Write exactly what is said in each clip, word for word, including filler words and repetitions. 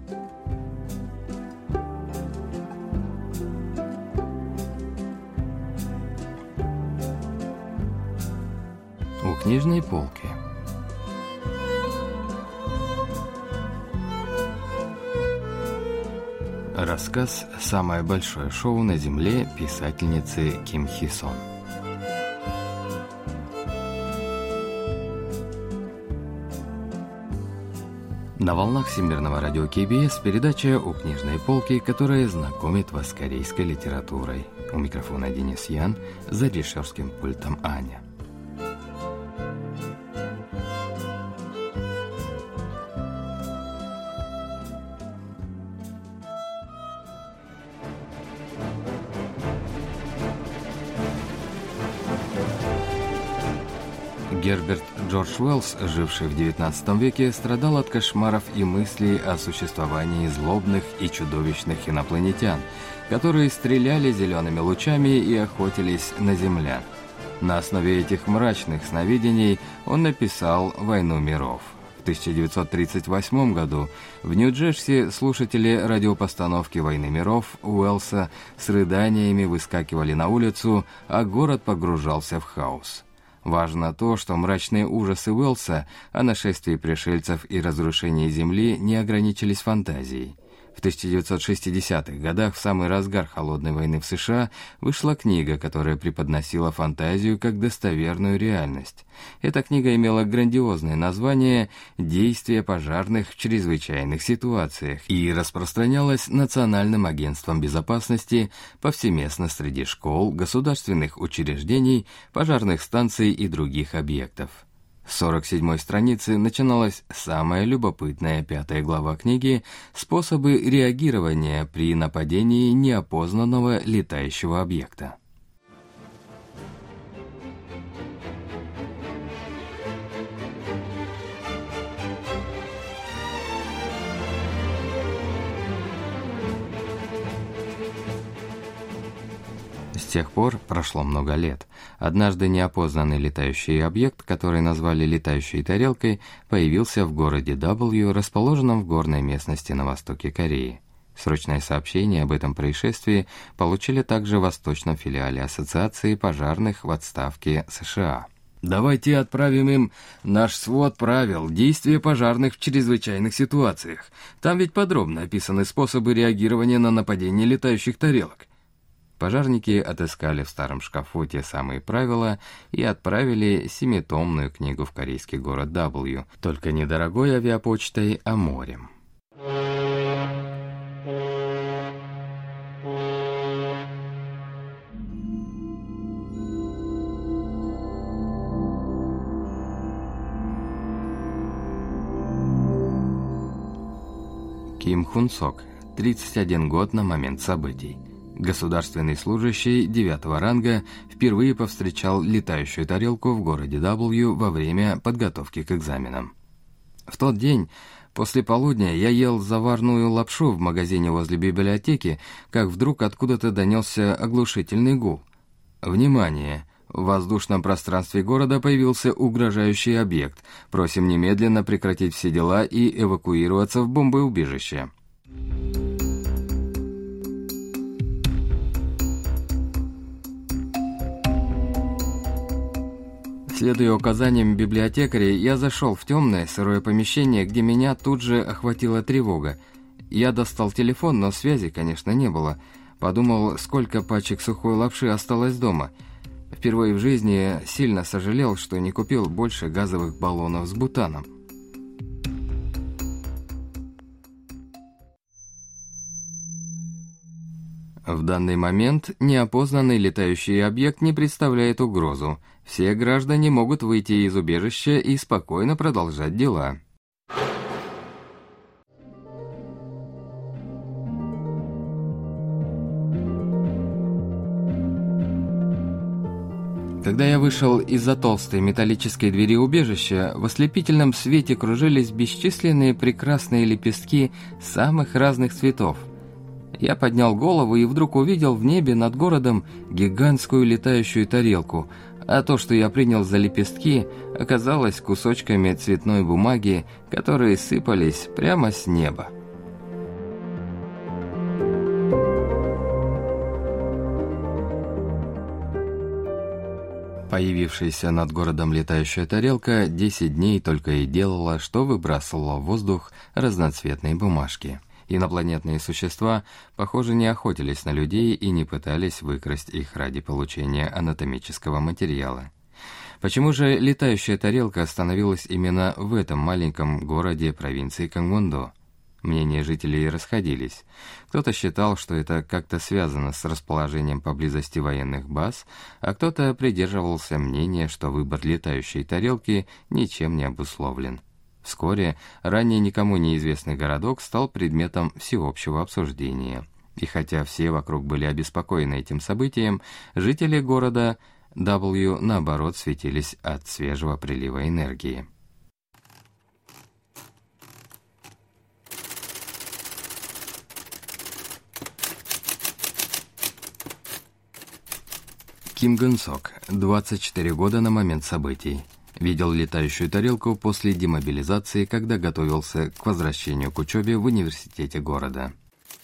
У книжной полки. Рассказ «Самое большое шоу на Земле» писательницы Ким Хи Сон. На волнах Всемирного радио Кей Би Эс передача «У книжной полки», которая знакомит вас с корейской литературой. У микрофона Денис Ян, за режиссерским пультом Аня. Герберт Джордж Уэллс, живший в девятнадцатом веке, страдал от кошмаров и мыслей о существовании злобных и чудовищных инопланетян, которые стреляли зелеными лучами и охотились на землян. На основе этих мрачных сновидений он написал «Войну миров». В тысяча девятьсот тридцать восьмом году в Нью-Джерси слушатели радиопостановки «Войны миров» Уэллса с рыданиями выскакивали на улицу, а город погружался в хаос. Важно то, что мрачные ужасы Уэллса о нашествии пришельцев и разрушении Земли не ограничились фантазией. В тысяча девятьсот шестидесятых годах, в самый разгар холодной войны в США, вышла книга, которая преподносила фантазию как достоверную реальность. Эта книга имела грандиозное название «Действия пожарных в чрезвычайных ситуациях» и распространялась Национальным агентством безопасности повсеместно среди школ, государственных учреждений, пожарных станций и других объектов. С сорок седьмой страницы начиналась самая любопытная пятая глава книги «Способы реагирования при нападении неопознанного летающего объекта». С тех пор прошло много лет. Однажды неопознанный летающий объект, который назвали летающей тарелкой, появился в городе W, расположенном в горной местности на востоке Кореи. Срочное сообщение об этом происшествии получили также в восточном филиале Ассоциации пожарных в отставке США. «Давайте отправим им наш свод правил действия пожарных в чрезвычайных ситуациях. Там ведь подробно описаны способы реагирования на нападение летающих тарелок». Пожарники отыскали в старом шкафу те самые правила и отправили семитомную книгу в корейский город W, только не дорогой авиапочтой, а морем. Ким Хун Сок, тридцать один год на момент событий. Государственный служащий девятого ранга впервые повстречал летающую тарелку в городе W во время подготовки к экзаменам. В тот день, после полудня, я ел заварную лапшу в магазине возле библиотеки, как вдруг откуда-то донесся оглушительный гул. Внимание! В воздушном пространстве города появился угрожающий объект. Просим немедленно прекратить все дела и эвакуироваться в бомбоубежище. Следуя указаниям библиотекаря, я зашел в темное, сырое помещение, где меня тут же охватила тревога. Я достал телефон, но связи, конечно, не было. Подумал, сколько пачек сухой лапши осталось дома. Впервые в жизни сильно сожалел, что не купил больше газовых баллонов с бутаном. В данный момент неопознанный летающий объект не представляет угрозу. Все граждане могут выйти из убежища и спокойно продолжать дела. Когда я вышел из-за толстой металлической двери убежища, в ослепительном свете кружились бесчисленные прекрасные лепестки самых разных цветов. Я поднял голову и вдруг увидел в небе над городом гигантскую летающую тарелку, а то, что я принял за лепестки, оказалось кусочками цветной бумаги, которые сыпались прямо с неба. Появившаяся над городом летающая тарелка десять дней только и делала, что выбрасывала в воздух разноцветные бумажки. Инопланетные существа, похоже, не охотились на людей и не пытались выкрасть их ради получения анатомического материала. Почему же летающая тарелка остановилась именно в этом маленьком городе провинции Кангвондо? Мнения жителей расходились. Кто-то считал, что это как-то связано с расположением поблизости военных баз, а кто-то придерживался мнения, что выбор летающей тарелки ничем не обусловлен. Вскоре ранее никому неизвестный городок стал предметом всеобщего обсуждения. И хотя все вокруг были обеспокоены этим событием, жители города W, наоборот, светились от свежего прилива энергии. Ким Гын Сок, двадцать четыре года на момент событий. Видел летающую тарелку после демобилизации, когда готовился к возвращению к учебе в университете города.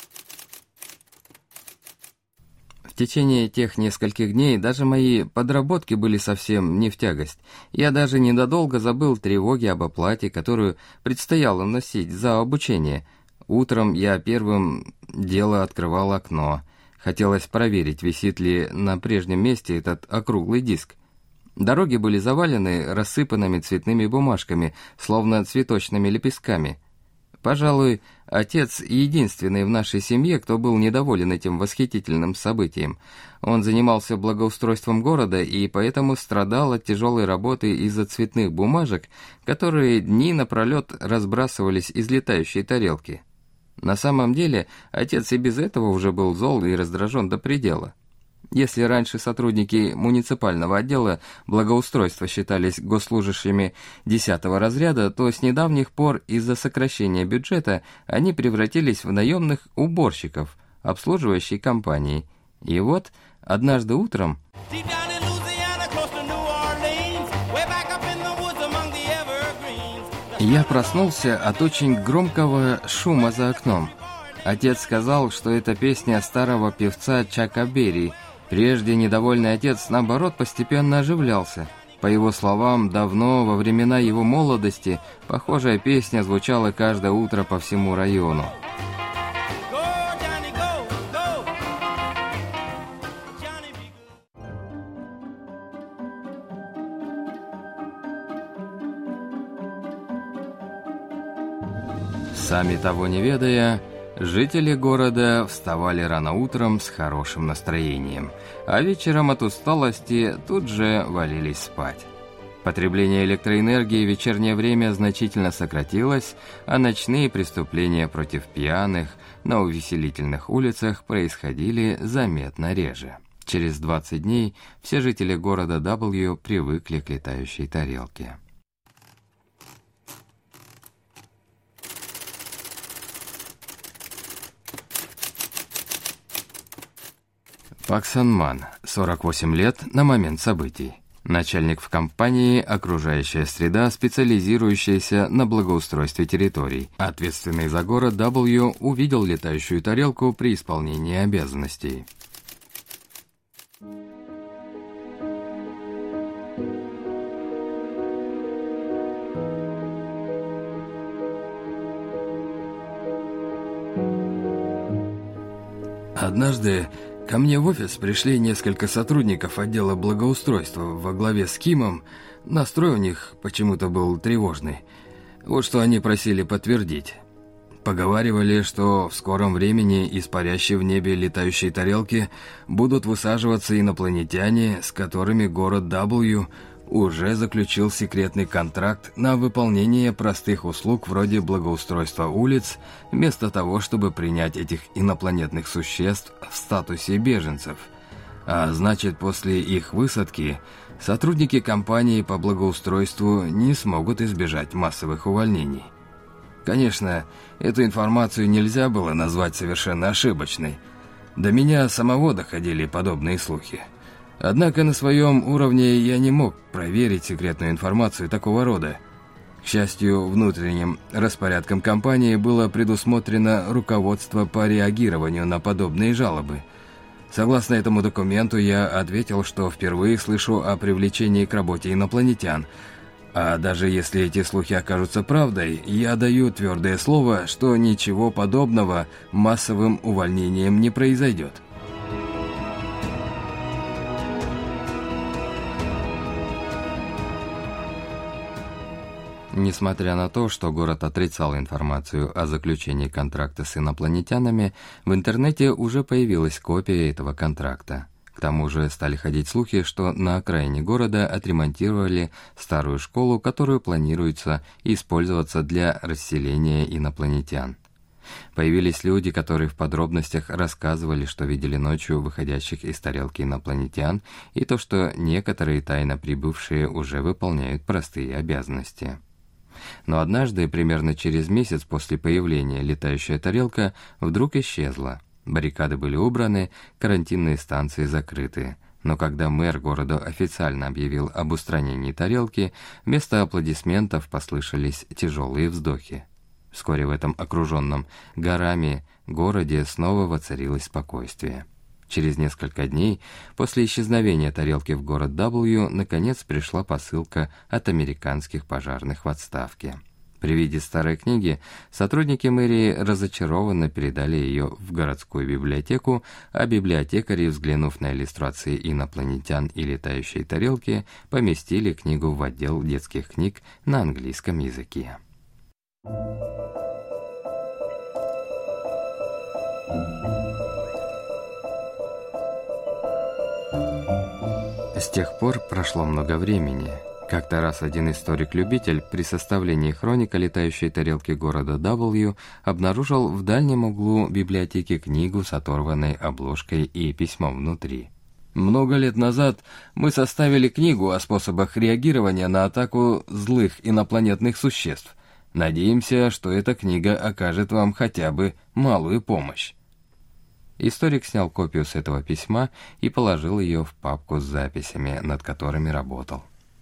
В течение тех нескольких дней даже мои подработки были совсем не в тягость. Я даже ненадолго забыл тревоги об оплате, которую предстояло вносить за обучение. Утром я первым делом открывал окно. Хотелось проверить, висит ли на прежнем месте этот округлый диск. Дороги были завалены рассыпанными цветными бумажками, словно цветочными лепестками. Пожалуй, отец единственный в нашей семье, кто был недоволен этим восхитительным событием. Он занимался благоустройством города и поэтому страдал от тяжелой работы из-за цветных бумажек, которые дни напролет разбрасывались из летающей тарелки. На самом деле, отец и без этого уже был зол и раздражен до предела. Если раньше сотрудники муниципального отдела благоустройства считались госслужащими десятого разряда, то с недавних пор из-за сокращения бюджета они превратились в наемных уборщиков, обслуживающей компании. И вот, однажды утром... Я проснулся от очень громкого шума за окном. Отец сказал, что это песня старого певца Чака Берри. Прежде недовольный отец, наоборот, постепенно оживлялся. По его словам, давно, во времена его молодости, похожая песня звучала каждое утро по всему району. Сами того не ведая, жители города вставали рано утром с хорошим настроением, а вечером от усталости тут же валились спать. Потребление электроэнергии в вечернее время значительно сократилось, а ночные преступления против пьяных на увеселительных улицах происходили заметно реже. Через двадцать дней все жители города W привыкли к летающей тарелке. Пак Сан Ман, сорок восемь лет на момент событий. Начальник в компании «Окружающая среда», специализирующаяся на благоустройстве территорий. Ответственный за город W увидел летающую тарелку при исполнении обязанностей. Однажды ко мне в офис пришли несколько сотрудников отдела благоустройства во главе с Кимом. Настрой у них почему-то был тревожный. Вот что они просили подтвердить. Поговаривали, что в скором времени из парящей в небе летающей тарелки будут высаживаться инопланетяне, с которыми город W уже заключил секретный контракт на выполнение простых услуг вроде благоустройства улиц, вместо того, чтобы принять этих инопланетных существ в статусе беженцев. А значит, после их высадки сотрудники компании по благоустройству не смогут избежать массовых увольнений. Конечно, эту информацию нельзя было назвать совершенно ошибочной. До меня самого доходили подобные слухи. Однако на своем уровне я не мог проверить секретную информацию такого рода. К счастью, внутренним распорядком компании было предусмотрено руководство по реагированию на подобные жалобы. Согласно этому документу, я ответил, что впервые слышу о привлечении к работе инопланетян. А даже если эти слухи окажутся правдой, я даю твердое слово, что ничего подобного массовым увольнением не произойдет. Несмотря на то, что город отрицал информацию о заключении контракта с инопланетянами, в интернете уже появилась копия этого контракта. К тому же стали ходить слухи, что на окраине города отремонтировали старую школу, которую планируется использоваться для расселения инопланетян. Появились люди, которые в подробностях рассказывали, что видели ночью выходящих из тарелки инопланетян, и то, что некоторые тайно прибывшие уже выполняют простые обязанности. Но однажды, примерно через месяц после появления, летающая тарелка вдруг исчезла. Баррикады были убраны, карантинные станции закрыты. Но когда мэр города официально объявил об устранении тарелки, вместо аплодисментов послышались тяжелые вздохи. Вскоре в этом окруженном горами городе снова воцарилось спокойствие. Через несколько дней после исчезновения тарелки в город W наконец пришла посылка от американских пожарных в отставке. При виде старой книги сотрудники мэрии разочарованно передали ее в городскую библиотеку, а библиотекари, взглянув на иллюстрации инопланетян и летающие тарелки, поместили книгу в отдел детских книг на английском языке. С тех пор прошло много времени. Как-то раз один историк-любитель при составлении хроник о летающей тарелке города W обнаружил в дальнем углу библиотеки книгу с оторванной обложкой и письмом внутри. Много лет назад мы составили книгу о способах реагирования на атаку злых инопланетных существ. Надеемся, что эта книга окажет вам хотя бы малую помощь. Историк снял копию с этого письма и положил ее в папку с записями, над которыми работал.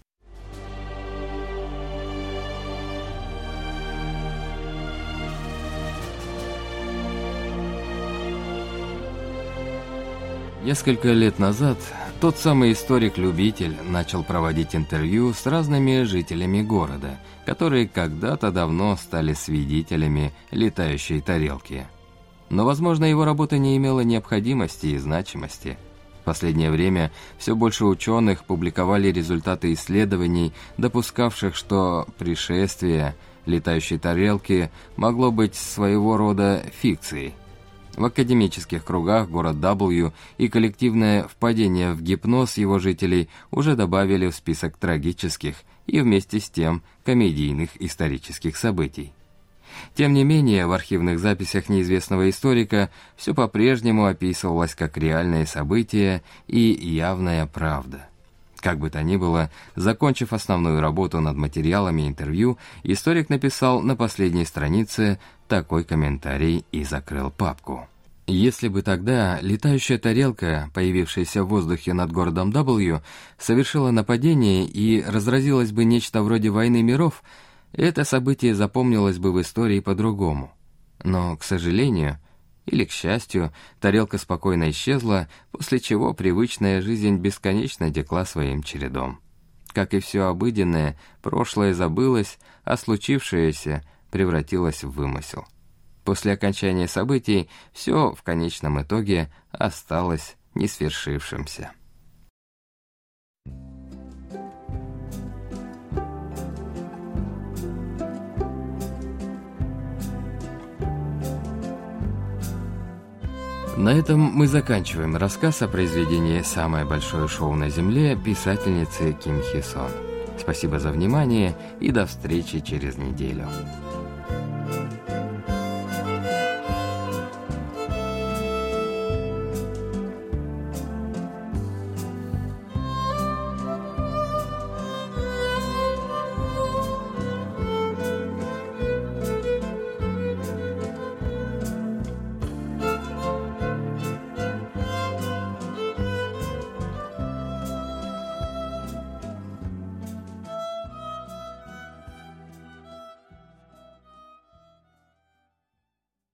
Несколько лет назад тот самый историк-любитель начал проводить интервью с разными жителями города, которые когда-то давно стали свидетелями летающей тарелки. Но, возможно, его работа не имела необходимости и значимости. В последнее время все больше ученых публиковали результаты исследований, допускавших, что пришествие летающей тарелки могло быть своего рода фикцией. В академических кругах город W и коллективное впадение в гипноз его жителей уже добавили в список трагических и вместе с тем комедийных исторических событий. Тем не менее, в архивных записях неизвестного историка все по-прежнему описывалось как реальное событие и явная правда. Как бы то ни было, закончив основную работу над материалами интервью, историк написал на последней странице такой комментарий и закрыл папку. Если бы тогда летающая тарелка, появившаяся в воздухе над городом W, совершила нападение и разразилось бы нечто вроде войны миров, это событие запомнилось бы в истории по-другому. Но, к сожалению, или к счастью, тарелка спокойно исчезла, после чего привычная жизнь бесконечно текла своим чередом. Как и все обыденное, прошлое забылось, а случившееся превратилось в вымысел. После окончания событий все в конечном итоге осталось несвершившимся. На этом мы заканчиваем рассказ о произведении «Самое большое шоу на Земле» писательницы Ким Хи Сон. Спасибо за внимание и до встречи через неделю.